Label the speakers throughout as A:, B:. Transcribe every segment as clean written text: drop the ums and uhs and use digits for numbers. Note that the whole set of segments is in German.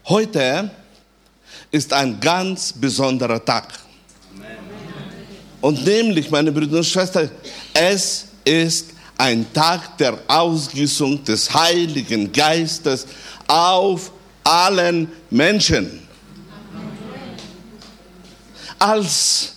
A: Heute ist ein ganz besonderer Tag. Und nämlich, meine Brüder und Schwestern, es ist ein Tag der Ausgießung des Heiligen Geistes auf allen Menschen. Als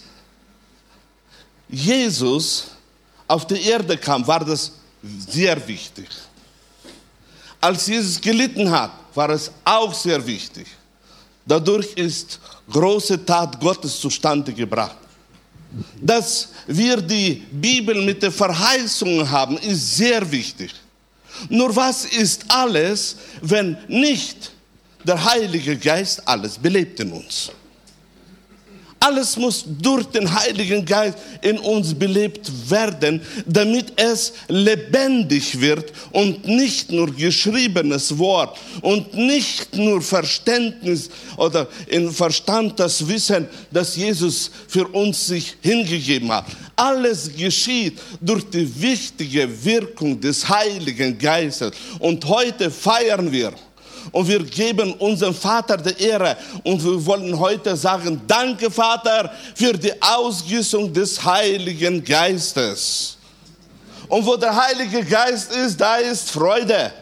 A: Jesus auf die Erde kam, war das sehr wichtig. Als Jesus gelitten hat, war es auch sehr wichtig. Dadurch ist große Tat Gottes zustande gebracht. Dass wir die Bibel mit der Verheißung haben, ist sehr wichtig. Nur was ist alles, wenn nicht der Heilige Geist alles belebt in uns? Alles muss durch den Heiligen Geist in uns belebt werden, damit es lebendig wird und nicht nur geschriebenes Wort und nicht nur Verständnis oder in Verstand das Wissen, dass Jesus für uns sich hingegeben hat. Alles geschieht durch die wichtige Wirkung des Heiligen Geistes. Und heute feiern wir. Und wir geben unserem Vater die Ehre. Und wir wollen heute sagen, danke Vater für die Ausgießung des Heiligen Geistes. Und wo der Heilige Geist ist, da ist Freude.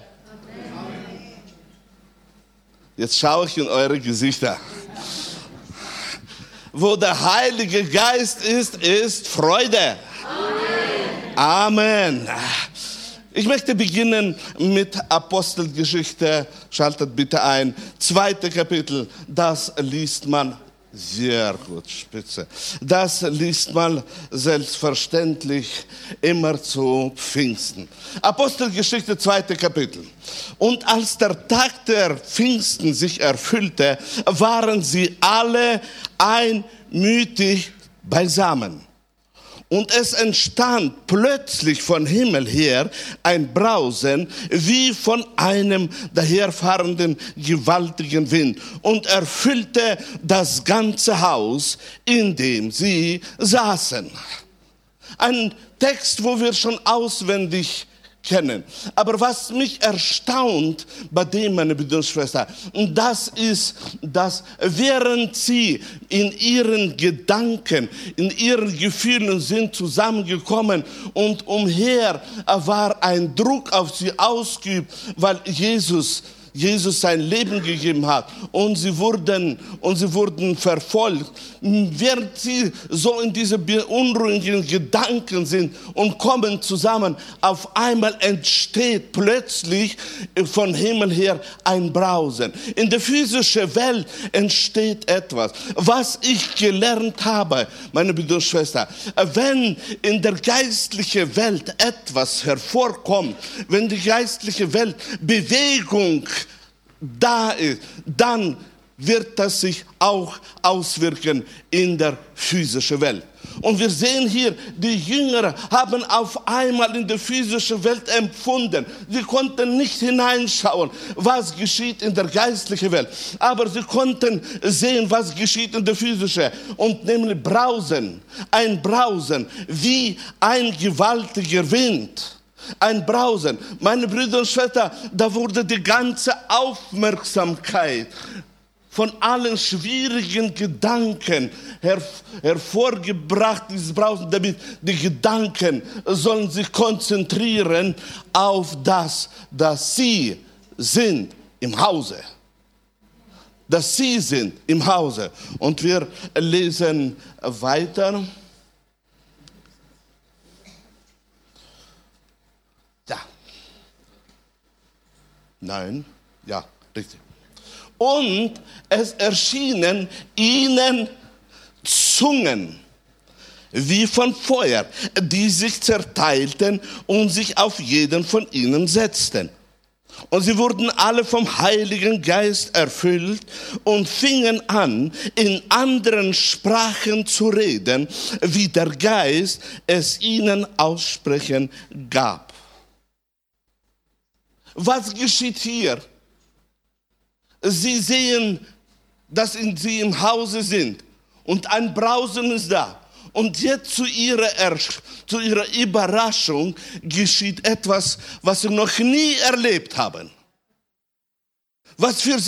A: Jetzt schaue ich in eure Gesichter. Wo der Heilige Geist ist Freude. Amen. Amen. Ich möchte beginnen mit Apostelgeschichte, schaltet bitte ein, 2. Kapitel, das liest man sehr gut, spitze. Das liest man selbstverständlich immer zu Pfingsten. Apostelgeschichte, 2. Kapitel. Und als der Tag der Pfingsten sich erfüllte, waren sie alle einmütig beisammen. Und es entstand plötzlich von Himmel her ein Brausen wie von einem daherfahrenden gewaltigen Wind und erfüllte das ganze Haus, in dem sie saßen. Ein Text, wo wir schon auswendig kennen. Aber was mich erstaunt bei dem, meine Brüder und Schwestern, das ist, dass während sie in ihren Gedanken, in ihren Gefühlen sind zusammengekommen und umher war ein Druck auf sie ausgeübt, weil Jesus sein Leben gegeben hat und sie wurden verfolgt. Während sie so in diese beunruhigenden Gedanken sind und kommen zusammen, auf einmal entsteht plötzlich von Himmel her ein Brausen. In der physischen Welt entsteht etwas. Was ich gelernt habe, meine Brüder und Schwestern, wenn in der geistlichen Welt etwas hervorkommt, wenn die geistliche Welt Bewegung da ist, dann wird das sich auch auswirken in der physischen Welt. Und wir sehen hier, die Jünger haben auf einmal in der physischen Welt empfunden. Sie konnten nicht hineinschauen, was geschieht in der geistlichen Welt. Aber sie konnten sehen, was geschieht in der physischen. Und nämlich Brausen, ein Brausen wie ein gewaltiger Wind. Ein Brausen. Meine Brüder und Schwestern, da wurde die ganze Aufmerksamkeit von allen schwierigen Gedanken hervorgebracht, dieses Brausen, damit die Gedanken sollen sich konzentrieren auf das, dass sie sind im Hause. Dass sie sind im Hause. Und wir lesen weiter. Nein, ja, richtig. Und es erschienen ihnen Zungen wie von Feuer, die sich zerteilten und sich auf jeden von ihnen setzten. Und sie wurden alle vom Heiligen Geist erfüllt und fingen an, in anderen Sprachen zu reden, wie der Geist es ihnen aussprechen gab. Was geschieht hier? Sie sehen, dass sie im Hause sind und ein Brausen ist da. Und jetzt zu ihrer Überraschung geschieht etwas, was sie noch nie erlebt haben. Was für sie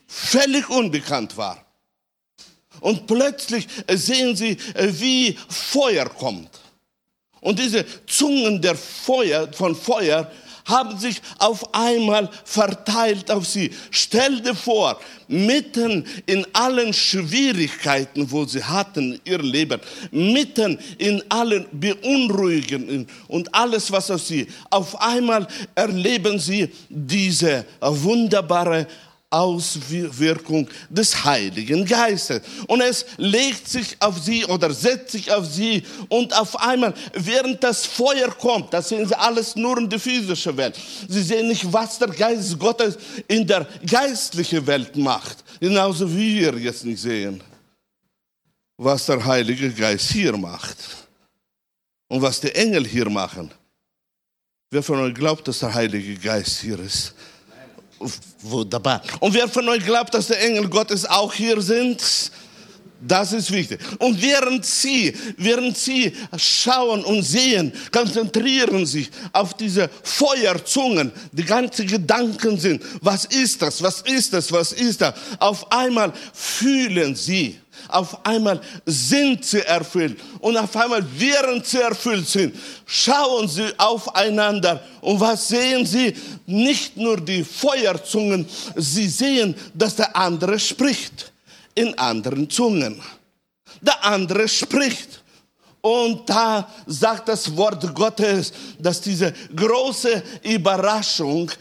A: völlig unbekannt war. Und plötzlich sehen sie, wie Feuer kommt. Und diese Zungen von Feuer haben sich auf einmal verteilt auf sie. Stell dir vor, mitten in allen Schwierigkeiten, wo sie hatten in ihrem Leben, mitten in allen Beunruhigungen und alles, was auf einmal erleben sie diese wunderbare Auswirkung des Heiligen Geistes. Und es legt sich auf sie oder setzt sich auf sie und auf einmal, während das Feuer kommt, das sehen sie alles nur in der physischen Welt. Sie sehen nicht, was der Geist Gottes in der geistlichen Welt macht. Genauso wie wir jetzt nicht sehen, was der Heilige Geist hier macht und was die Engel hier machen. Wer von euch glaubt, dass der Heilige Geist hier ist? Wunderbar. Und wer von euch glaubt, dass die Engel Gottes auch hier sind? Das ist wichtig. Und während sie schauen und sehen, konzentrieren sich auf diese Feuerzungen. Die ganzen Gedanken sind, was ist das, was ist das, was ist das? Auf einmal fühlen sie. Auf einmal sind sie erfüllt. Und auf einmal, während sie erfüllt sind, schauen sie aufeinander. Und was sehen sie? Nicht nur die Feuerzungen, sie sehen, dass der andere spricht. In anderen Zungen. Der andere spricht. Und da sagt das Wort Gottes, dass diese große Überraschung,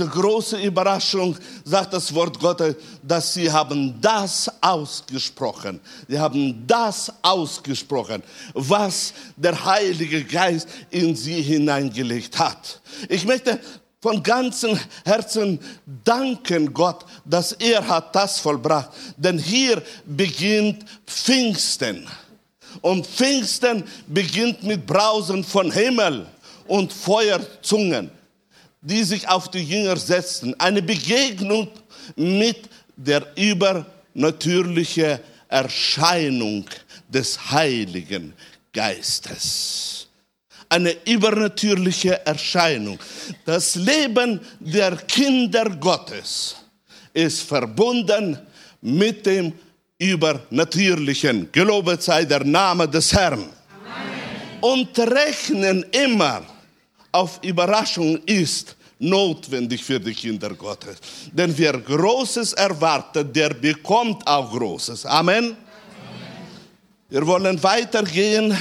A: sagt das Wort Gottes, dass sie haben das ausgesprochen. Sie haben das ausgesprochen, was der Heilige Geist in sie hineingelegt hat. Ich möchte von ganzem Herzen danken Gott, dass er hat das vollbracht. Denn hier beginnt Pfingsten. Und Pfingsten beginnt mit Brausen von Himmel und Feuerzungen, die sich auf die Jünger setzten. Eine Begegnung mit der übernatürlichen Erscheinung des Heiligen Geistes. Eine übernatürliche Erscheinung. Das Leben der Kinder Gottes ist verbunden mit dem Übernatürlichen. Gelobet sei der Name des Herrn. Amen. Und rechnen immer auf Überraschung ist notwendig für die Kinder Gottes. Denn wer Großes erwartet, der bekommt auch Großes. Amen. Amen. Wir wollen weitergehen.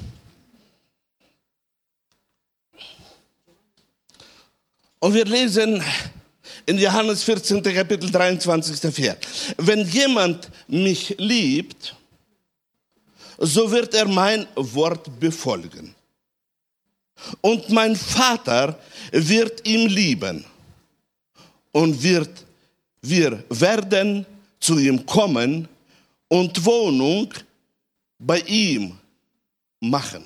A: Und wir lesen in Johannes 14. Kapitel 23. Vers. Wenn jemand mich liebt, so wird er mein Wort befolgen. Und mein Vater wird ihn lieben. Und wir werden zu ihm kommen und Wohnung bei ihm machen.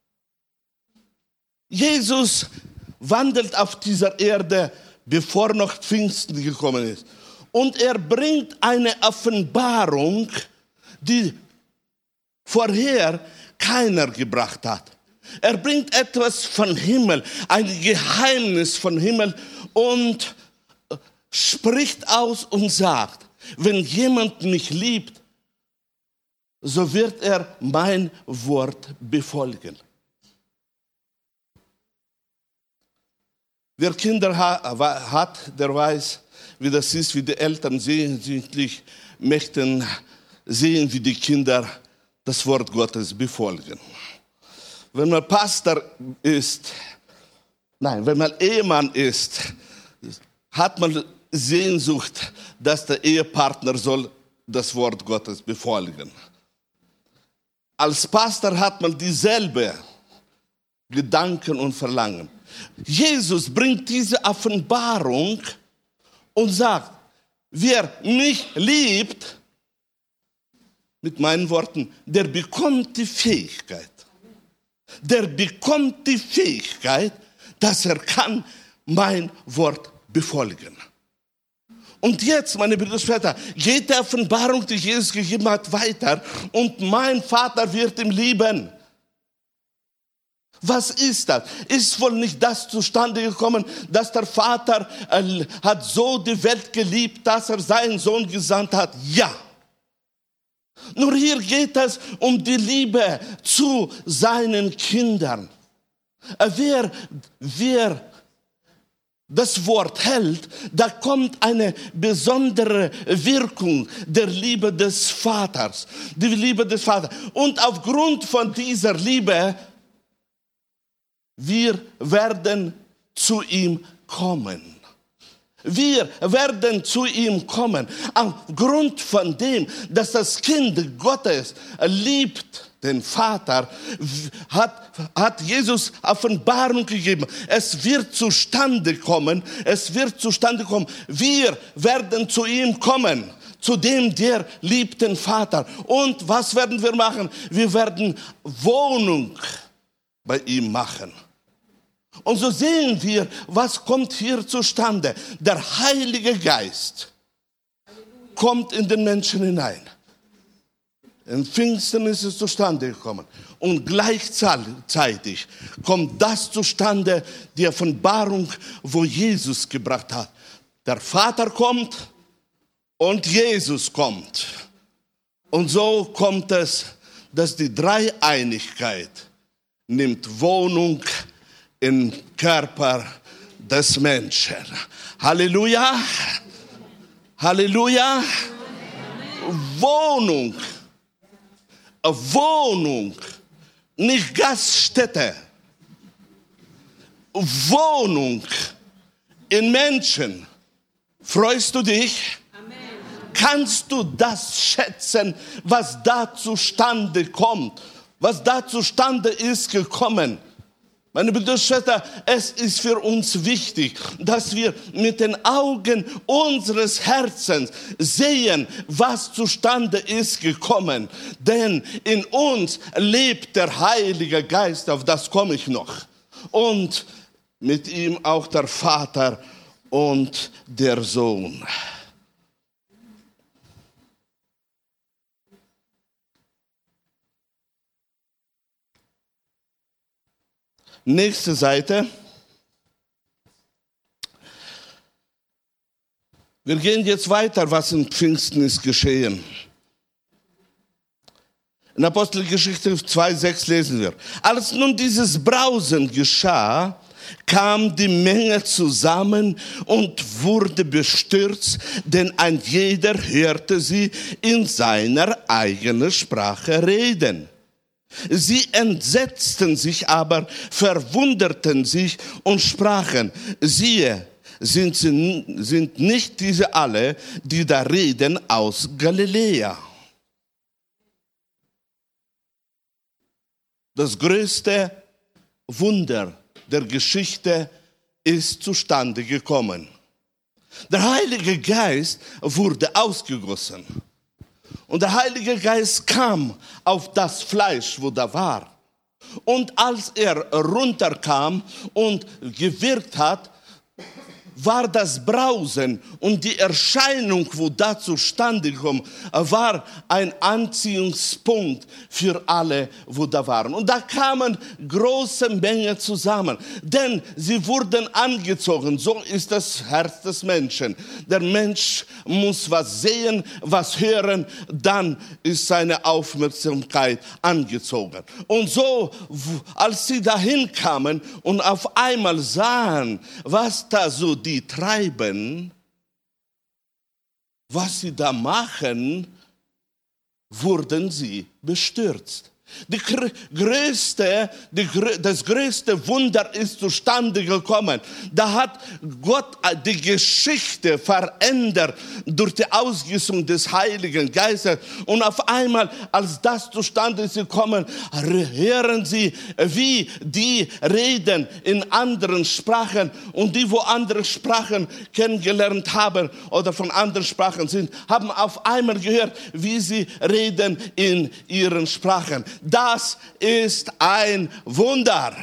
A: Jesus wandelt auf dieser Erde, bevor noch Pfingsten gekommen ist. Und er bringt eine Offenbarung, die vorher keiner gebracht hat. Er bringt etwas von Himmel, ein Geheimnis von Himmel und spricht aus und sagt, wenn jemand mich liebt, so wird er mein Wort befolgen. Wer Kinder hat, der weiß, wie das ist, wie die Eltern sehnsüchtig möchten sehen, wie die Kinder das Wort Gottes befolgen. Wenn man Pastor ist, wenn man Ehemann ist, hat man Sehnsucht, dass der Ehepartner soll das Wort Gottes befolgen. Als Pastor hat man dieselbe Gedanken und Verlangen. Jesus bringt diese Offenbarung und sagt, wer mich liebt, mit meinen Worten, der bekommt die Fähigkeit. Der bekommt die Fähigkeit, dass er kann mein Wort befolgen. Und jetzt, meine Brüder und Schwestern, geht die Offenbarung, die Jesus gegeben hat, weiter und mein Vater wird ihn lieben. Was ist das? Ist wohl nicht das zustande gekommen, dass der Vater hat so die Welt geliebt, dass er seinen Sohn gesandt hat? Ja. Nur hier geht es um die Liebe zu seinen Kindern. Wer das Wort hält, da kommt eine besondere Wirkung der Liebe des Vaters. Die Liebe des Vaters. Und aufgrund von dieser Liebe, wir werden zu ihm kommen. Wir werden zu ihm kommen. Aufgrund von dem, dass das Kind Gottes liebt den Vater, hat Jesus Offenbarung gegeben. Es wird zustande kommen. Wir werden zu ihm kommen. Zu dem, der liebt den Vater. Und was werden wir machen? Wir werden Wohnung bei ihm machen. Und so sehen wir, was kommt hier zustande. Der Heilige Geist kommt in den Menschen hinein. In Pfingsten ist es zustande gekommen. Und gleichzeitig kommt das zustande, die Offenbarung, wo Jesus gebracht hat. Der Vater kommt und Jesus kommt. Und so kommt es, dass die Dreieinigkeit nimmt Wohnung im Körper des Menschen. Halleluja! Halleluja! Wohnung. Wohnung, nicht Gaststätte. Wohnung in Menschen. Freust du dich? Amen. Kannst du das schätzen, was da zustande kommt? Was da zustande ist gekommen? Meine Brüder und Schwestern, es ist für uns wichtig, dass wir mit den Augen unseres Herzens sehen, was zustande ist gekommen. Denn in uns lebt der Heilige Geist, auf das komme ich noch. Und mit ihm auch der Vater und der Sohn. Nächste Seite. Wir gehen jetzt weiter, was in Pfingsten ist geschehen. In Apostelgeschichte 2,6 lesen wir. Als nun dieses Brausen geschah, kam die Menge zusammen und wurde bestürzt, denn ein jeder hörte sie in seiner eigenen Sprache reden. Sie entsetzten sich aber, verwunderten sich und sprachen, siehe, sind nicht diese alle, die da reden, aus Galiläa? Das größte Wunder der Geschichte ist zustande gekommen. Der Heilige Geist wurde ausgegossen. Und der Heilige Geist kam auf das Fleisch, wo da war. Und als er runterkam und gewirkt hat, war das Brausen und die Erscheinung, wo da zustande kam, war ein Anziehungspunkt für alle, wo da waren. Und da kamen große Mengen zusammen, denn sie wurden angezogen. So ist das Herz des Menschen. Der Mensch muss was sehen, was hören, dann ist seine Aufmerksamkeit angezogen. Und so, als sie dahin kamen und auf einmal sahen, was da so die treiben, was sie da machen, wurden sie bestürzt. Das größte Wunder ist zustande gekommen. Da hat Gott die Geschichte verändert durch die Ausgießung des Heiligen Geistes. Und auf einmal, als das zustande ist gekommen, hören sie, wie die reden in anderen Sprachen. Und die, wo andere Sprachen kennengelernt haben oder von anderen Sprachen sind, haben auf einmal gehört, wie sie reden in ihren Sprachen. Das ist ein Wunder.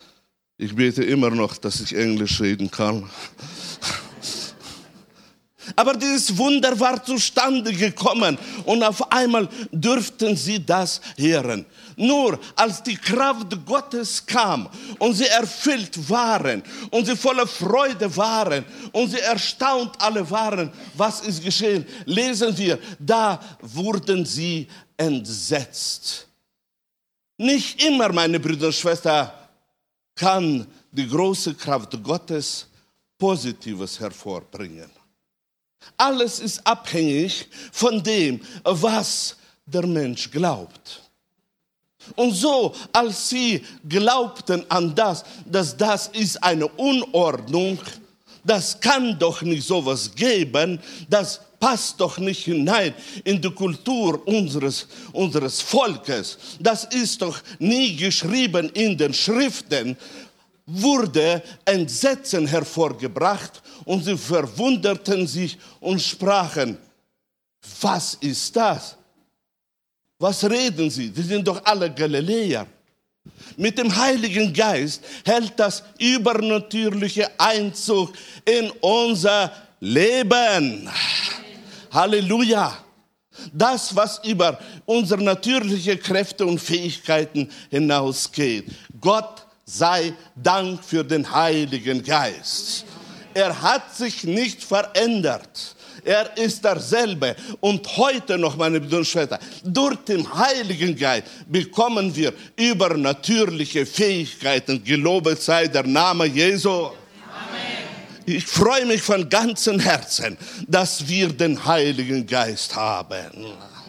A: Ich bete immer noch, dass ich Englisch reden kann. Aber dieses Wunder war zustande gekommen und auf einmal dürften sie das hören. Nur als die Kraft Gottes kam und sie erfüllt waren und sie voller Freude waren und sie erstaunt alle waren, was ist geschehen, lesen wir, da wurden sie entsetzt. Nicht immer, meine Brüder und Schwestern, kann die große Kraft Gottes Positives hervorbringen. Alles ist abhängig von dem, was der Mensch glaubt. Und so, als sie glaubten an das, dass das ist eine Unordnung, das kann doch nicht sowas geben, das passt doch nicht hinein in die Kultur unseres Volkes, das ist doch nie geschrieben in den Schriften, wurde Entsetzen hervorgebracht und sie verwunderten sich und sprachen, was ist das? Was reden Sie? Die sind doch alle Galiläer. Mit dem Heiligen Geist hält das übernatürliche Einzug in unser Leben. Halleluja. Das, was über unsere natürlichen Kräfte und Fähigkeiten hinausgeht. Gott sei Dank für den Heiligen Geist. Er hat sich nicht verändert. Er ist derselbe. Und heute noch, meine Brüder und Schwestern, durch den Heiligen Geist bekommen wir übernatürliche Fähigkeiten. Gelobet sei der Name Jesu. Amen. Ich freue mich von ganzem Herzen, dass wir den Heiligen Geist haben.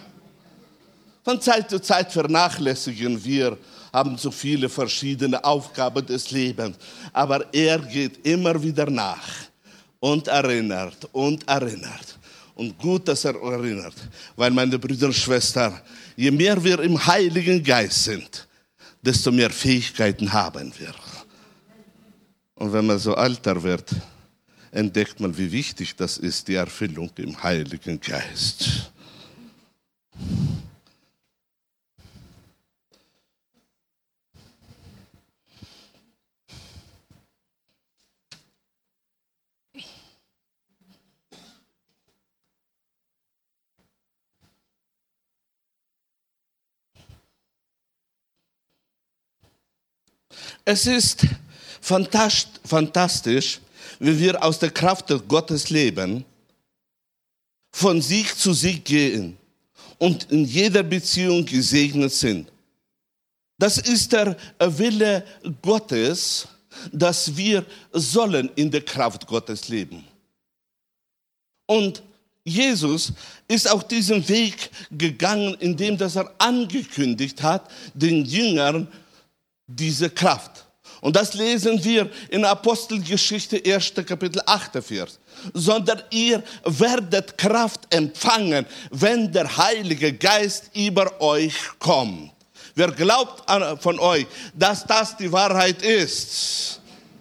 A: Von Zeit zu Zeit vernachlässigen wir, haben so viele verschiedene Aufgaben des Lebens. Aber er geht immer wieder nach. Und erinnert und erinnert. Und gut, dass er erinnert. Weil, meine Brüder und Schwestern, je mehr wir im Heiligen Geist sind, desto mehr Fähigkeiten haben wir. Und wenn man so älter wird, entdeckt man, wie wichtig das ist, die Erfüllung im Heiligen Geist. Es ist fantastisch, wie wir aus der Kraft Gottes leben, von Sieg zu Sieg gehen und in jeder Beziehung gesegnet sind. Das ist der Wille Gottes, dass wir sollen in der Kraft Gottes leben. Und Jesus ist auch diesen Weg gegangen, indem dass er angekündigt hat, den Jüngern diese Kraft. Und das lesen wir in Apostelgeschichte 1. Kapitel 8. Vers. Sondern ihr werdet Kraft empfangen, wenn der Heilige Geist über euch kommt. Wer glaubt von euch, dass das die Wahrheit ist?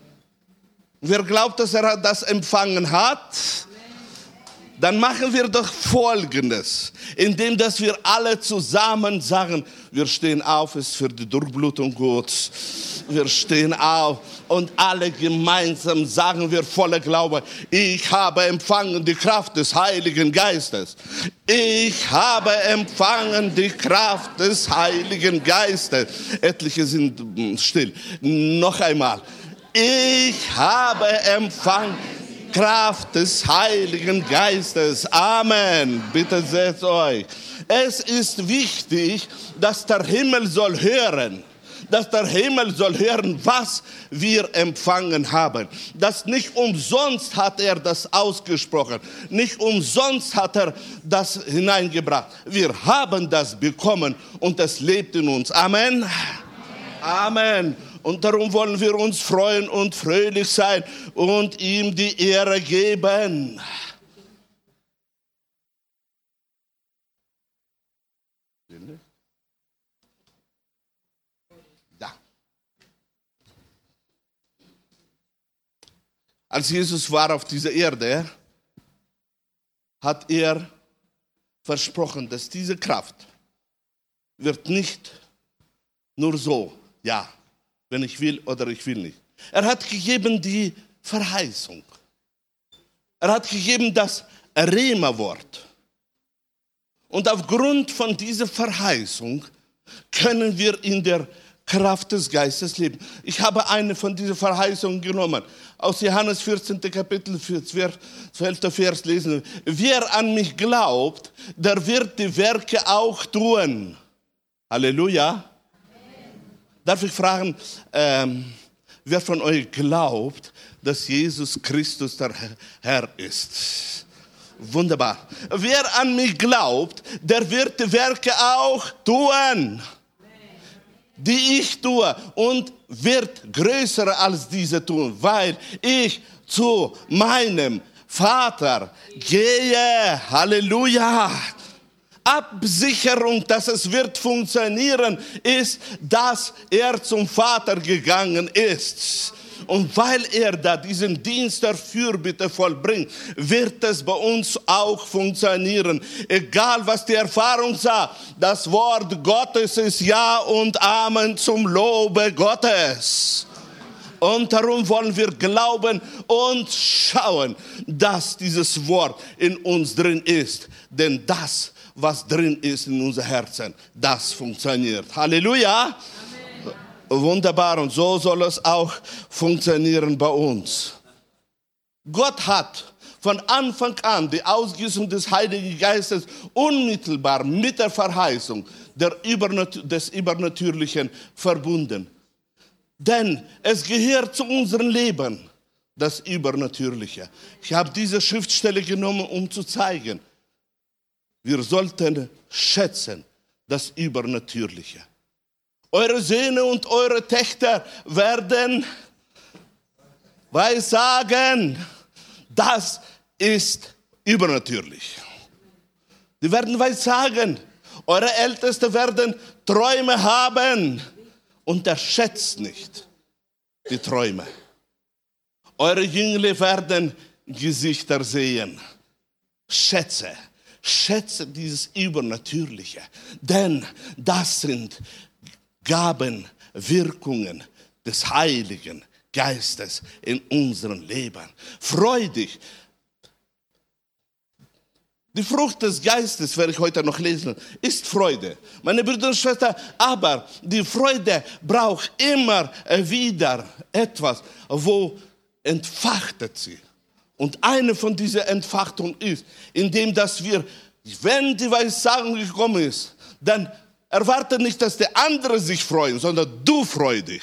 A: Wer glaubt, dass er das empfangen hat? Dann machen wir doch Folgendes, indem dass wir alle zusammen sagen, wir stehen auf, ist für die Durchblutung gut. Wir stehen auf und alle gemeinsam sagen wir voller Glaube, ich habe empfangen die Kraft des Heiligen Geistes. Ich habe empfangen die Kraft des Heiligen Geistes. Etliche sind still. Noch einmal. Ich habe empfangen Kraft des Heiligen Geistes. Amen. Bitte setzt euch. Es ist wichtig, dass der Himmel soll hören. Dass der Himmel soll hören, was wir empfangen haben. Das nicht umsonst hat er das ausgesprochen. Nicht umsonst hat er das hineingebracht. Wir haben das bekommen und es lebt in uns. Amen. Amen. Und darum wollen wir uns freuen und fröhlich sein und ihm die Ehre geben. Ja. Als Jesus war auf dieser Erde, hat er versprochen, dass diese Kraft wird nicht nur so, ja, wenn ich will oder ich will nicht. Er hat gegeben die Verheißung. Er hat gegeben das Rema-Wort. Und aufgrund von dieser Verheißung können wir in der Kraft des Geistes leben. Ich habe eine von diesen Verheißungen genommen. Aus Johannes 14. Kapitel, 12. Vers lesen. Wer an mich glaubt, der wird die Werke auch tun. Halleluja. Amen. Darf ich fragen, wer von euch glaubt, dass Jesus Christus der Herr ist? Wunderbar. Wer an mich glaubt, der wird die Werke auch tun, die ich tue, und wird größere als diese tun, weil ich zu meinem Vater gehe. Halleluja. Absicherung, dass es wird funktionieren, ist, dass er zum Vater gegangen ist. Und weil er da diesen Dienst der Fürbitte vollbringt, wird es bei uns auch funktionieren. Egal, was die Erfahrung sagt, das Wort Gottes ist Ja und Amen zum Lobe Gottes. Und darum wollen wir glauben und schauen, dass dieses Wort in uns drin ist. Denn das, was drin ist in unser Herzen, das funktioniert. Halleluja! Wunderbar, und so soll es auch funktionieren bei uns. Gott hat von Anfang an die Ausgießung des Heiligen Geistes unmittelbar mit der Verheißung des Übernatürlichen verbunden. Denn es gehört zu unserem Leben, das Übernatürliche. Ich habe diese Schriftstelle genommen, um zu zeigen, wir sollten schätzen das Übernatürliche. Eure Söhne und eure Töchter werden weissagen, das ist übernatürlich. Die werden weissagen. Eure Ältesten werden Träume haben. Unterschätzt nicht die Träume. Eure Jünglinge werden Gesichter sehen. Schätze dieses Übernatürliche. Denn das sind Gaben, Wirkungen des Heiligen Geistes in unserem Leben. Freu dich. Die Frucht des Geistes, werde ich heute noch lesen, ist Freude. Meine Brüder und Schwestern, aber die Freude braucht immer wieder etwas, wo entfachtet sie. Und eine von diesen Entfachtungen ist, indem dass wir, wenn die Weissagung gekommen ist, dann erwarte nicht, dass der andere sich freut, sondern du freu dich.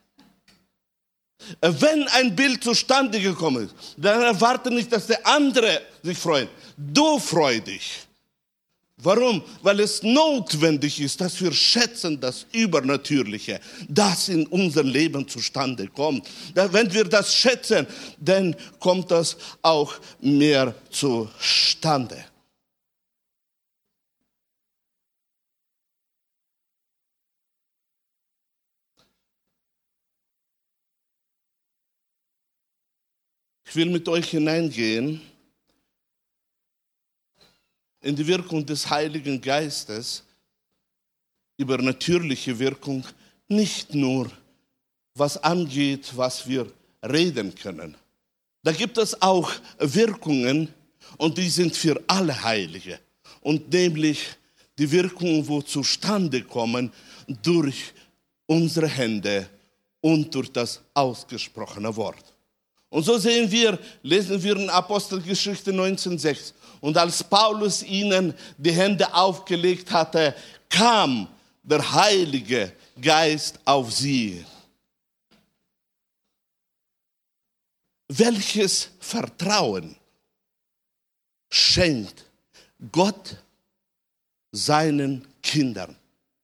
A: Wenn ein Bild zustande gekommen ist, dann erwarte nicht, dass der andere sich freut. Du freu dich. Warum? Weil es notwendig ist, dass wir schätzen das Übernatürliche, das in unserem Leben zustande kommt. Wenn wir das schätzen, dann kommt das auch mehr zustande. Ich will mit euch hineingehen in die Wirkung des Heiligen Geistes, übernatürliche Wirkung, nicht nur was angeht, was wir reden können. Da gibt es auch Wirkungen, und die sind für alle Heilige. Und nämlich die Wirkungen, wo zustande kommen durch unsere Hände und durch das ausgesprochene Wort. Und so lesen wir in Apostelgeschichte 19,6. Und als Paulus ihnen die Hände aufgelegt hatte, kam der Heilige Geist auf sie. Welches Vertrauen schenkt Gott seinen Kindern?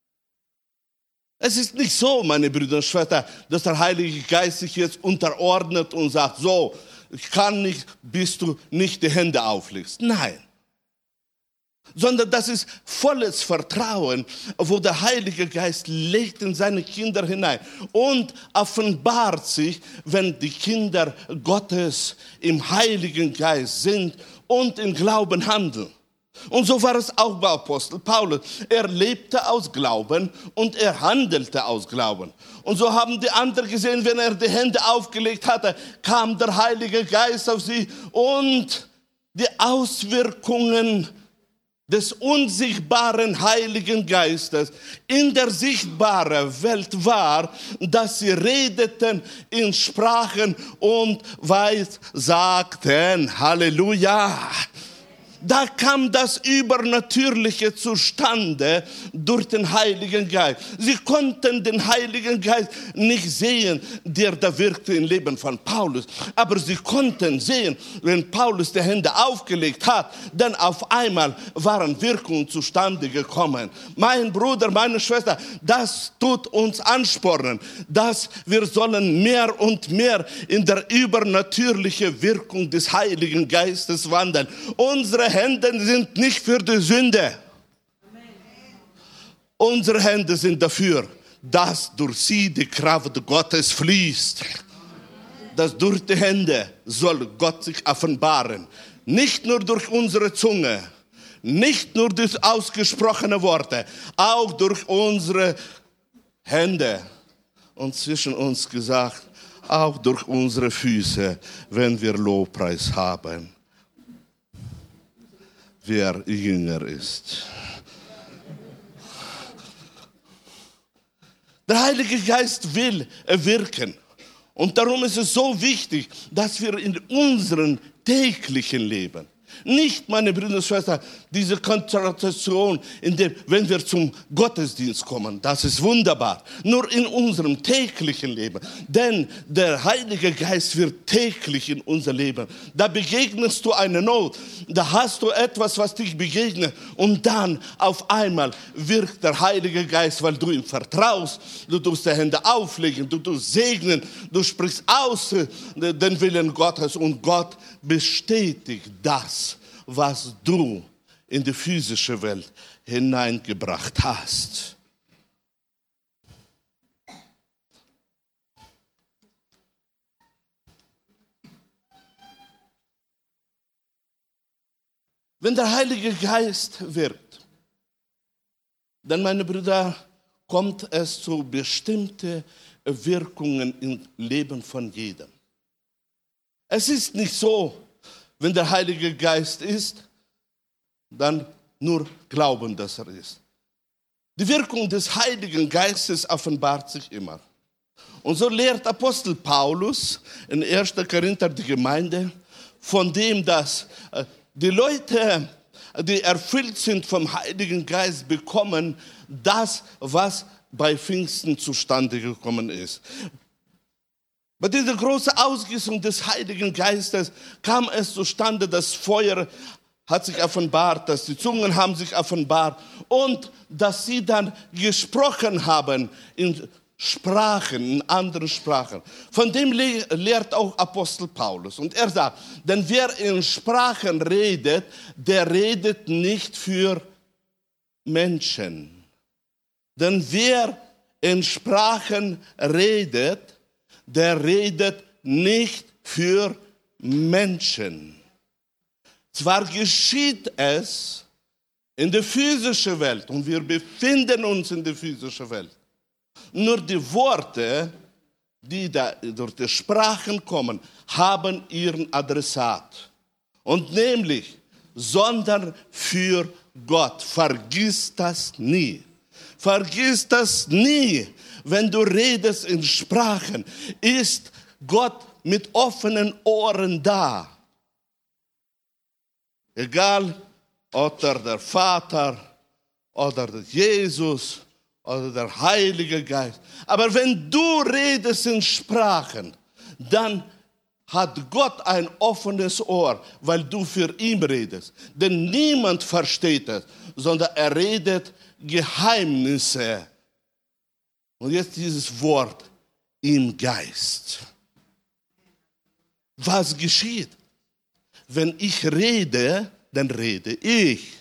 A: Es ist nicht so, meine Brüder und Schwestern, dass der Heilige Geist sich jetzt unterordnet und sagt, so, ich kann nicht, bis du nicht die Hände auflegst. Nein. Sondern das ist volles Vertrauen, wo der Heilige Geist legt in seine Kinder hinein und offenbart sich, wenn die Kinder Gottes im Heiligen Geist sind und im Glauben handeln. Und so war es auch bei Apostel Paulus. Er lebte aus Glauben und er handelte aus Glauben. Und so haben die anderen gesehen, wenn er die Hände aufgelegt hatte, kam der Heilige Geist auf sie und die Auswirkungen des unsichtbaren Heiligen Geistes in der sichtbaren Welt war, dass sie redeten in Sprachen und weissagten. Halleluja! Da kam das Übernatürliche zustande durch den Heiligen Geist. Sie konnten den Heiligen Geist nicht sehen, der da wirkte im Leben von Paulus. Aber sie konnten sehen, wenn Paulus die Hände aufgelegt hat, dann auf einmal waren Wirkungen zustande gekommen. Mein Bruder, meine Schwester, das tut uns anspornen, dass wir sollen mehr und mehr in der übernatürlichen Wirkung des Heiligen Geistes wandeln. Unsere Hände sind nicht für die Sünde. Unsere Hände sind dafür, dass durch sie die Kraft Gottes fließt. Dass durch die Hände soll Gott sich offenbaren. Nicht nur durch unsere Zunge, nicht nur durch ausgesprochene Worte, auch durch unsere Hände. Und zwischen uns gesagt, auch durch unsere Füße, wenn wir Lobpreis haben. Wer jünger ist. Der Heilige Geist will wirken. Und darum ist es so wichtig, dass wir in unserem täglichen Leben, nicht, meine Brüder und Schwestern, diese Konzentration, wenn wir zum Gottesdienst kommen, das ist wunderbar. Nur in unserem täglichen Leben. Denn der Heilige Geist wird täglich in unser Leben. Da begegnest du eine Not, da hast du etwas, was dich begegnet. Und dann auf einmal wirkt der Heilige Geist, weil du ihm vertraust. Du tust die Hände auflegen, du tust segnen, du sprichst aus den Willen Gottes und Gott bestätigt das, was du in die physische Welt hineingebracht hast. Wenn der Heilige Geist wirkt, dann, meine Brüder, kommt es zu bestimmten Wirkungen im Leben von jedem. Es ist nicht so, wenn der Heilige Geist ist, dann nur glauben, dass er ist. Die Wirkung des Heiligen Geistes offenbart sich immer. Und so lehrt Apostel Paulus in 1. Korinther die Gemeinde, von dem, dass die Leute, die erfüllt sind vom Heiligen Geist, bekommen das, was bei Pfingsten zustande gekommen ist. Bei dieser großen Ausgießung des Heiligen Geistes kam es zustande, das Feuer hat sich offenbart, dass die Zungen haben sich offenbart und dass sie dann gesprochen haben in Sprachen, in anderen Sprachen. Von dem lehrt auch Apostel Paulus. Und er sagt, denn wer in Sprachen redet, der redet nicht für Menschen. Denn wer in Sprachen redet, der redet nicht für Menschen. Zwar geschieht es in der physischen Welt und wir befinden uns in der physischen Welt. Nur die Worte, die da durch die Sprachen kommen, haben ihren Adressat. Und nämlich, sondern für Gott. Vergiss das nie. Vergiss das nie. Wenn du redest in Sprachen, ist Gott mit offenen Ohren da. Egal, oder der Vater, oder der Jesus, oder der Heilige Geist. Aber wenn du redest in Sprachen, dann hat Gott ein offenes Ohr, weil du für ihn redest. Denn niemand versteht es, sondern er redet Geheimnisse. Und jetzt dieses Wort im Geist. Was geschieht? Wenn ich rede, dann rede ich.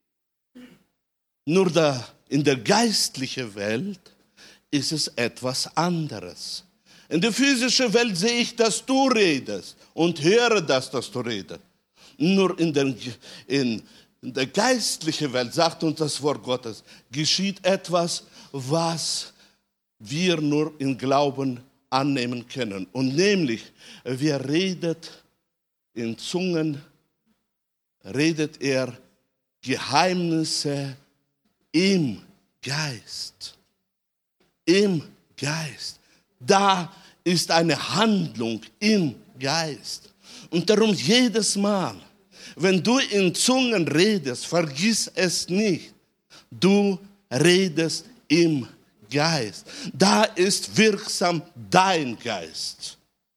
A: Nur da in der geistlichen Welt ist es etwas anderes. In der physischen Welt sehe ich, dass du redest und höre das, dass du redest. Nur in der geistlichen Welt, sagt uns das Wort Gottes, geschieht etwas, was wir nur im Glauben annehmen können. Und nämlich, wir reden in Zungen redet er Geheimnisse im Geist. Im Geist. Da ist eine Handlung im Geist. Und darum jedes Mal, wenn du in Zungen redest, vergiss es nicht. Du redest im Geist. Da ist wirksam dein Geist.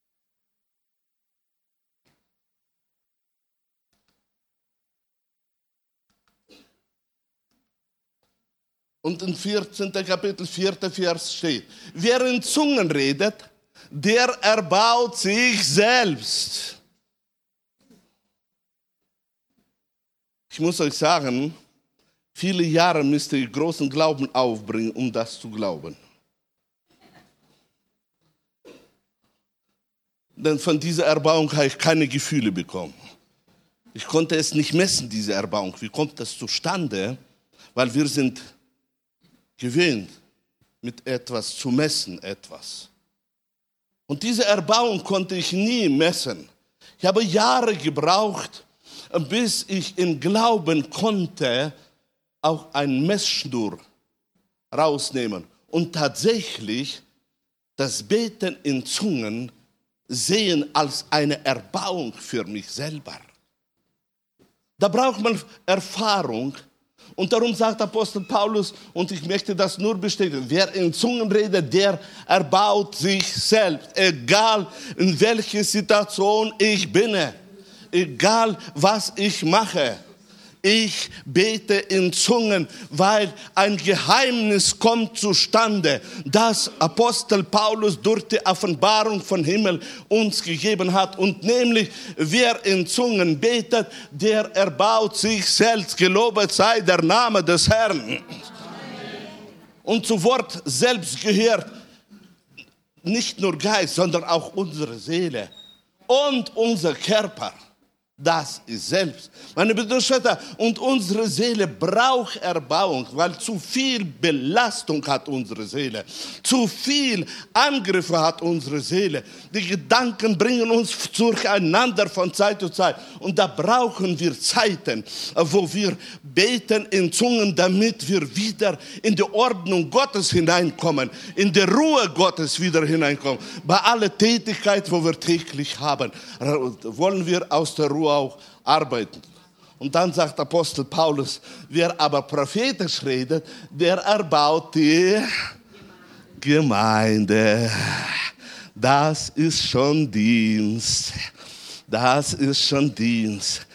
A: Und im 14. Kapitel, 4. Vers steht, wer in Zungen redet, der erbaut sich selbst. Ich muss euch sagen, viele Jahre müsste ich großen Glauben aufbringen, um das zu glauben. Denn von dieser Erbauung habe ich keine Gefühle bekommen. Ich konnte es nicht messen, diese Erbauung. Wie kommt das zustande? Weil wir sind gewöhnt, mit etwas zu messen, etwas. Und diese Erbauung konnte ich nie messen. Ich habe Jahre gebraucht, bis ich im Glauben konnte, auch ein Messschnur rausnehmen. Und tatsächlich das Beten in Zungen sehen als eine Erbauung für mich selber. Da braucht man Erfahrung. Und darum sagt Apostel Paulus, und ich möchte das nur bestätigen, wer in Zungen redet, der erbaut sich selbst. Egal in welcher Situation ich bin, egal was ich mache. Ich bete in Zungen, weil ein Geheimnis kommt zustande, das Apostel Paulus durch die Offenbarung von Himmel uns gegeben hat. Und nämlich, wer in Zungen betet, der erbaut sich selbst. Gelobet sei der Name des Herrn. Amen. Und zu Wort selbst gehört nicht nur Geist, sondern auch unsere Seele und unser Körper. Das ist selbst. Meine Brüder und Schwestern, und unsere Seele braucht Erbauung, weil zu viel Belastung hat unsere Seele. Zu viel Angriffe hat unsere Seele. Die Gedanken bringen uns durcheinander von Zeit zu Zeit. Und da brauchen wir Zeiten, wo wir beten in Zungen, damit wir wieder in die Ordnung Gottes hineinkommen, in die Ruhe Gottes wieder hineinkommen. Bei aller Tätigkeit, wo wir täglich haben, wollen wir aus der Ruhe auch arbeiten. Und dann sagt Apostel Paulus, wer aber prophetisch redet, der erbaut die Gemeinde. Das ist schon Dienst. Das ist schon Dienst.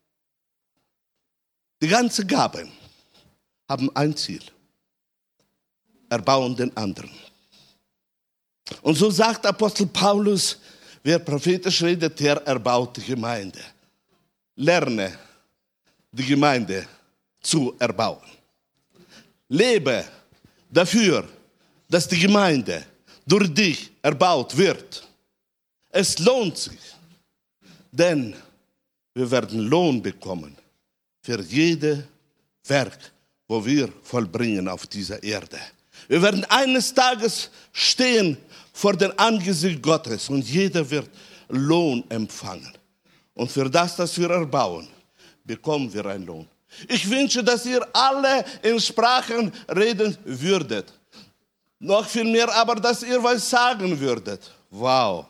A: Die ganzen Gaben haben ein Ziel. Erbauen den anderen. Und so sagt Apostel Paulus, wer prophetisch redet, der erbaut die Gemeinde. Lerne, die Gemeinde zu erbauen. Lebe dafür, dass die Gemeinde durch dich erbaut wird. Es lohnt sich, denn wir werden Lohn bekommen für jedes Werk, wo wir vollbringen auf dieser Erde. Wir werden eines Tages stehen vor dem Angesicht Gottes und jeder wird Lohn empfangen. Und für das, was wir erbauen, bekommen wir einen Lohn. Ich wünsche, dass ihr alle in Sprachen reden würdet. Noch viel mehr, aber dass ihr was sagen würdet. Wow.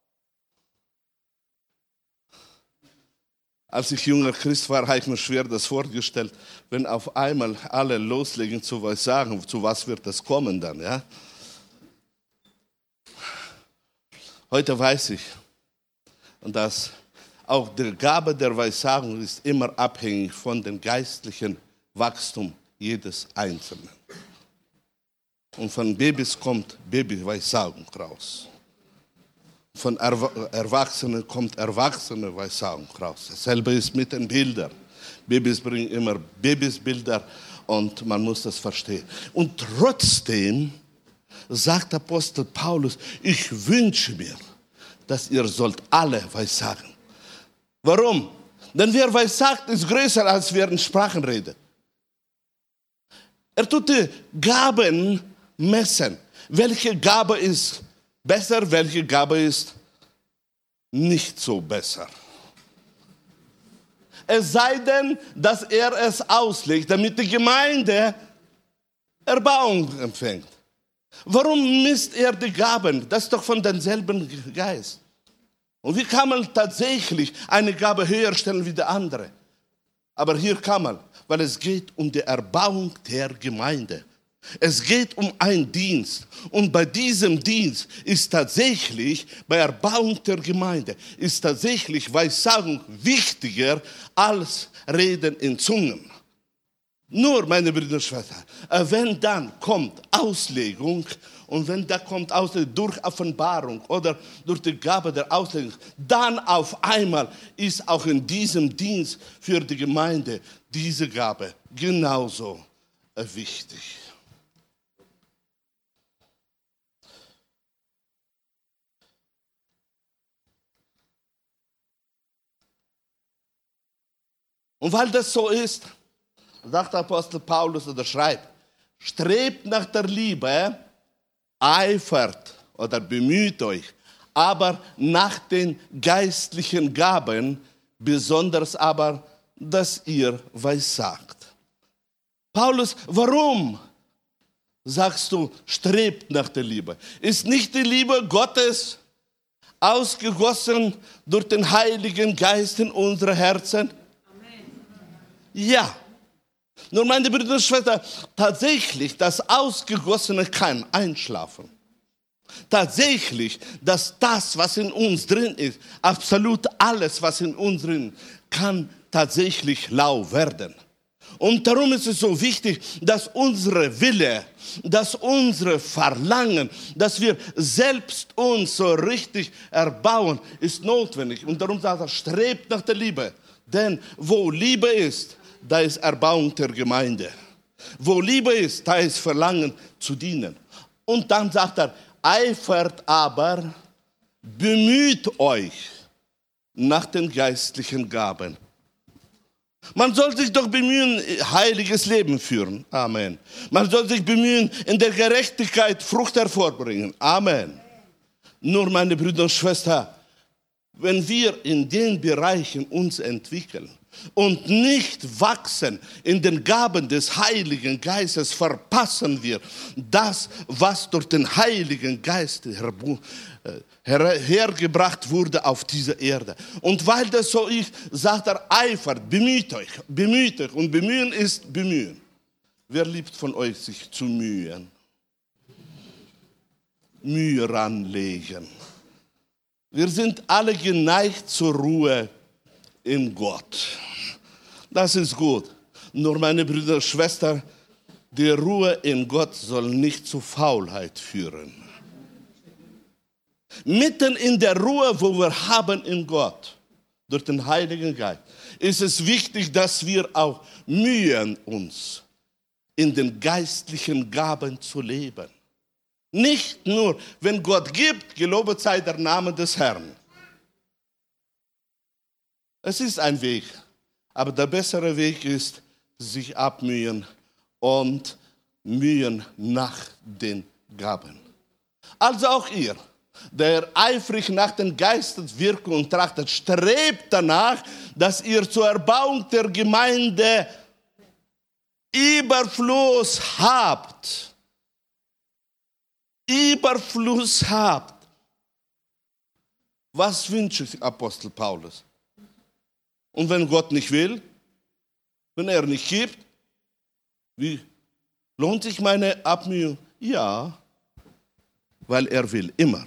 A: Als ich junger Christ war, habe ich mir schwer das vorgestellt, wenn auf einmal alle loslegen zu was sagen, zu was wird das kommen dann, ja? Heute weiß ich, dass auch die Gabe der Weissagung ist immer abhängig von dem geistlichen Wachstum jedes Einzelnen. Und von Babys kommt Babyweissagung raus. Von Erwachsenen kommt erwachsene Weissagung raus. Dasselbe ist mit den Bildern. Babys bringen immer Babysbilder und man muss das verstehen. Und trotzdem sagt Apostel Paulus, ich wünsche mir, dass ihr sollt alle weissagen. Warum? Denn wer weissagt, ist größer, als wer in Sprachen redet. Er tut die Gaben messen. Welche Gabe ist besser, welche Gabe ist nicht so besser. Es sei denn, dass er es auslegt, damit die Gemeinde Erbauung empfängt. Warum misst er die Gaben? Das ist doch von demselben Geist. Und wie kann man tatsächlich eine Gabe höher stellen wie die andere? Aber hier kann man, weil es geht um die Erbauung der Gemeinde. Es geht um einen Dienst. Und bei diesem Dienst ist tatsächlich, bei Erbauung der Gemeinde, ist tatsächlich Weissagung wichtiger als Reden in Zungen. Nur, meine Brüder und Schwestern, wenn dann kommt Auslegung und wenn da kommt Auslegung durch Offenbarung oder durch die Gabe der Auslegung, dann auf einmal ist auch in diesem Dienst für die Gemeinde diese Gabe genauso wichtig. Und weil das so ist, sagt Apostel Paulus oder schreibt, strebt nach der Liebe, eifert oder bemüht euch, aber nach den geistlichen Gaben, besonders aber, dass ihr weissagt. Paulus, warum sagst du, strebt nach der Liebe? Ist nicht die Liebe Gottes ausgegossen durch den Heiligen Geist in unsere Herzen? Ja. Nur meine Brüder und Schwestern, tatsächlich, das Ausgegossene kann einschlafen. Tatsächlich, dass das, was in uns drin ist, absolut alles, was in uns drin ist, kann tatsächlich lau werden. Und darum ist es so wichtig, dass unsere Wille, dass unsere Verlangen, dass wir selbst uns so richtig erbauen, ist notwendig. Und darum sagt er, strebt nach der Liebe. Denn wo Liebe ist, da ist Erbauung der Gemeinde. Wo Liebe ist, da ist Verlangen zu dienen. Und dann sagt er, eifert aber, bemüht euch nach den geistlichen Gaben. Man soll sich doch bemühen, heiliges Leben führen. Amen. Man soll sich bemühen, in der Gerechtigkeit Frucht hervorbringen. Amen. Nur meine Brüder und Schwestern, wenn wir in den Bereichen uns entwickeln und nicht wachsen in den Gaben des Heiligen Geistes, verpassen wir das, was durch den Heiligen Geist hergebracht wurde auf dieser Erde. Und weil das so ist, sagt er, eifert, bemüht euch. Und bemühen ist bemühen. Wer liebt von euch, sich zu mühen? Mühe ranlegen. Wir sind alle geneigt zur Ruhe in Gott. Das ist gut. Nur meine Brüder und Schwestern, die Ruhe in Gott soll nicht zu Faulheit führen. Mitten in der Ruhe, wo wir haben in Gott, durch den Heiligen Geist, ist es wichtig, dass wir auch mühen uns, in den geistlichen Gaben zu leben. Nicht nur, wenn Gott gibt, gelobet sei der Name des Herrn. Es ist ein Weg, aber der bessere Weg ist, sich abmühen und mühen nach den Gaben. Also auch ihr, der eifrig nach den Geisteswirkungen trachtet, strebt danach, dass ihr zur Erbauung der Gemeinde Überfluss habt. Überfluss habt. Was wünscht sich Apostel Paulus? Und wenn Gott nicht will, wenn er nicht gibt, wie lohnt sich meine Abmühung? Ja, weil er will immer.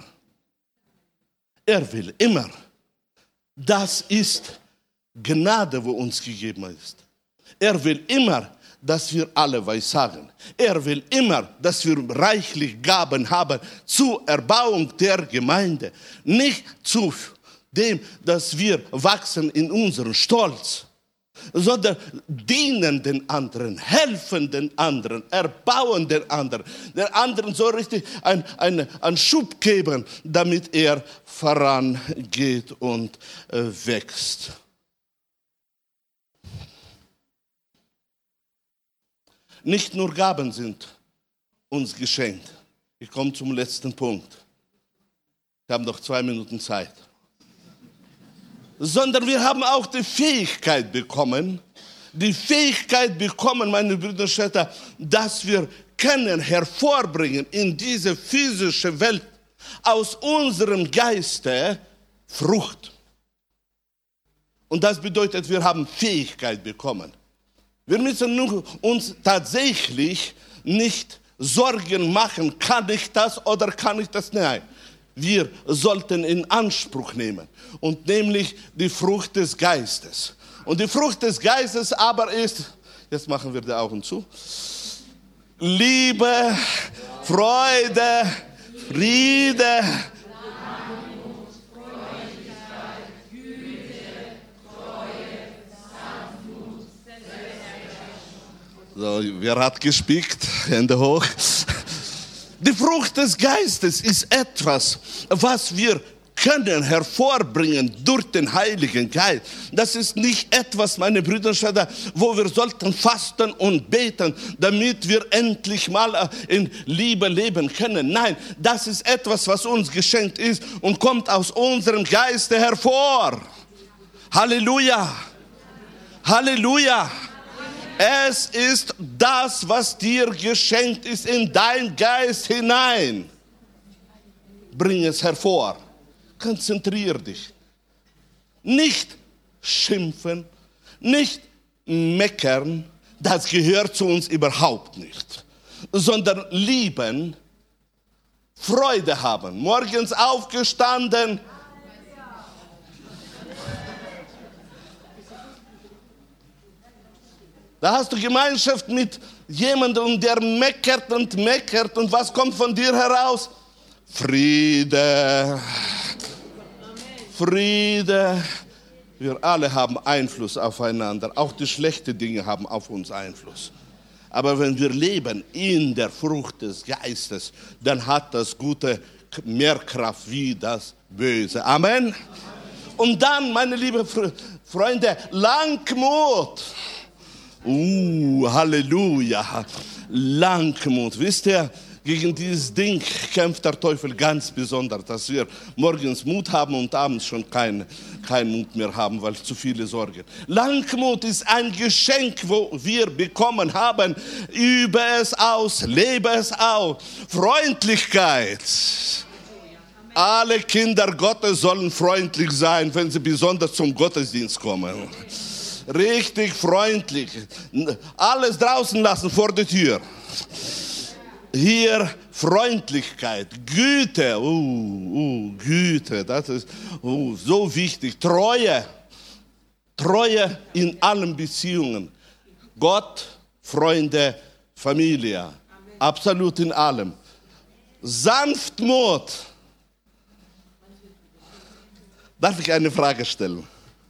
A: Er will immer. Das ist Gnade, wo uns gegeben ist. Er will immer, dass wir alle weissagen. Er will immer, dass wir reichlich Gaben haben zur Erbauung der Gemeinde. Nicht zu dem, dass wir wachsen in unserem Stolz, sondern dienen den anderen, helfen den anderen, erbauen den anderen, der anderen so richtig einen Schub geben, damit er vorangeht und wächst. Nicht nur Gaben sind uns geschenkt. Ich komme zum letzten Punkt. Wir haben noch 2 Minuten Zeit. sondern wir haben auch die Fähigkeit bekommen, meine Brüder und Schwestern, dass wir können hervorbringen in diese physische Welt aus unserem Geiste Frucht. Und das bedeutet, wir haben Fähigkeit bekommen. Wir müssen uns tatsächlich nicht Sorgen machen, kann ich das oder kann ich das? Nein, wir sollten in Anspruch nehmen. Und nämlich die Frucht des Geistes. Und die Frucht des Geistes aber ist, jetzt machen wir die Augen zu, Liebe, Freude, Friede, so, wer hat gespickt? Hände hoch. Die Frucht des Geistes ist etwas, was wir können hervorbringen durch den Heiligen Geist. Das ist nicht etwas, meine Brüder und Schwestern, wo wir sollten fasten und beten, damit wir endlich mal in Liebe leben können. Nein, das ist etwas, was uns geschenkt ist und kommt aus unserem Geiste hervor. Halleluja! Halleluja! Es ist das, was dir geschenkt ist, in dein Geist hinein. Bring es hervor. Konzentrier dich. Nicht schimpfen, nicht meckern, das gehört zu uns überhaupt nicht. Sondern lieben, Freude haben. Morgens aufgestanden. Da hast du Gemeinschaft mit jemandem, der meckert und was kommt von dir heraus? Friede. Friede. Wir alle haben Einfluss aufeinander. Auch die schlechten Dinge haben auf uns Einfluss. Aber wenn wir leben in der Frucht des Geistes, dann hat das Gute mehr Kraft wie das Böse. Amen. Und dann, meine lieben Freunde, Langmut. Halleluja. Langmut. Wisst ihr, gegen dieses Ding kämpft der Teufel ganz besonders, dass wir morgens Mut haben und abends schon keinen Mut mehr haben, weil zu viele Sorgen. Langmut ist ein Geschenk, wo wir bekommen haben. Übe es aus, lebe es aus. Freundlichkeit. Alle Kinder Gottes sollen freundlich sein, wenn sie besonders zum Gottesdienst kommen. Richtig freundlich. Alles draußen lassen vor der Tür. Hier Freundlichkeit, Güte, Güte, das ist so wichtig. Treue in allen Beziehungen. Gott, Freunde, Familie, absolut in allem. Sanftmut. Darf ich eine Frage stellen?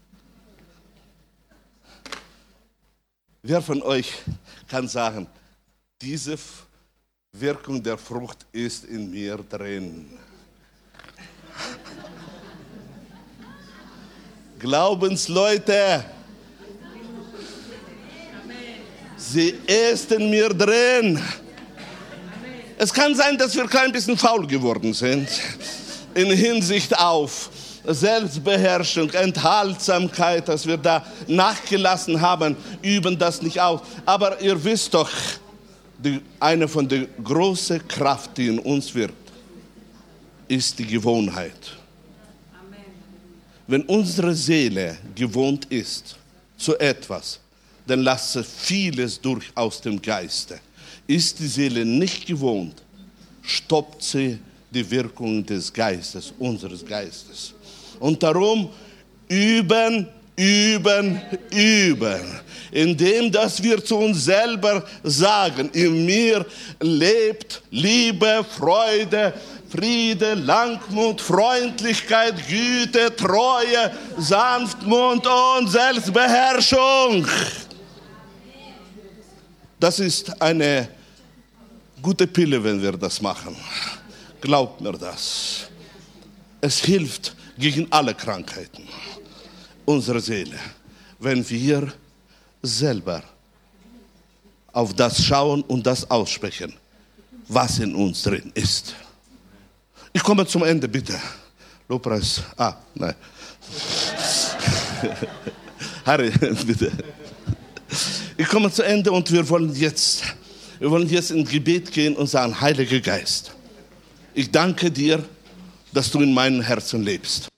A: Wer von euch kann sagen, diese Wirkung der Frucht ist in mir drin? Glaubensleute, sie ist in mir drin. Es kann sein, dass wir ein klein bisschen faul geworden sind in Hinsicht auf Selbstbeherrschung, Enthaltsamkeit, dass wir da nachgelassen haben, üben das nicht aus. Aber ihr wisst doch, eine von der großen Kraft, die in uns wirkt, ist die Gewohnheit. Wenn unsere Seele gewohnt ist zu etwas, dann lasse vieles durch aus dem Geiste. Ist die Seele nicht gewohnt, stoppt sie die Wirkung des Geistes, unseres Geistes. Und darum üben, indem dass wir zu uns selber sagen, in mir lebt Liebe, Freude, Friede, Langmut, Freundlichkeit, Güte, Treue, Sanftmut und Selbstbeherrschung. Das ist eine gute Pille, wenn wir das machen. Glaubt mir das. Es hilft gegen alle Krankheiten unserer Seele, wenn wir selber auf das schauen und das aussprechen, was in uns drin ist. Ich komme zum Ende, bitte. Lobpreis. Nein. Harry, bitte. Ich komme zu Ende und wir wollen jetzt in Gebet gehen und sagen, Heiliger Geist, ich danke dir, dass du in meinem Herzen lebst.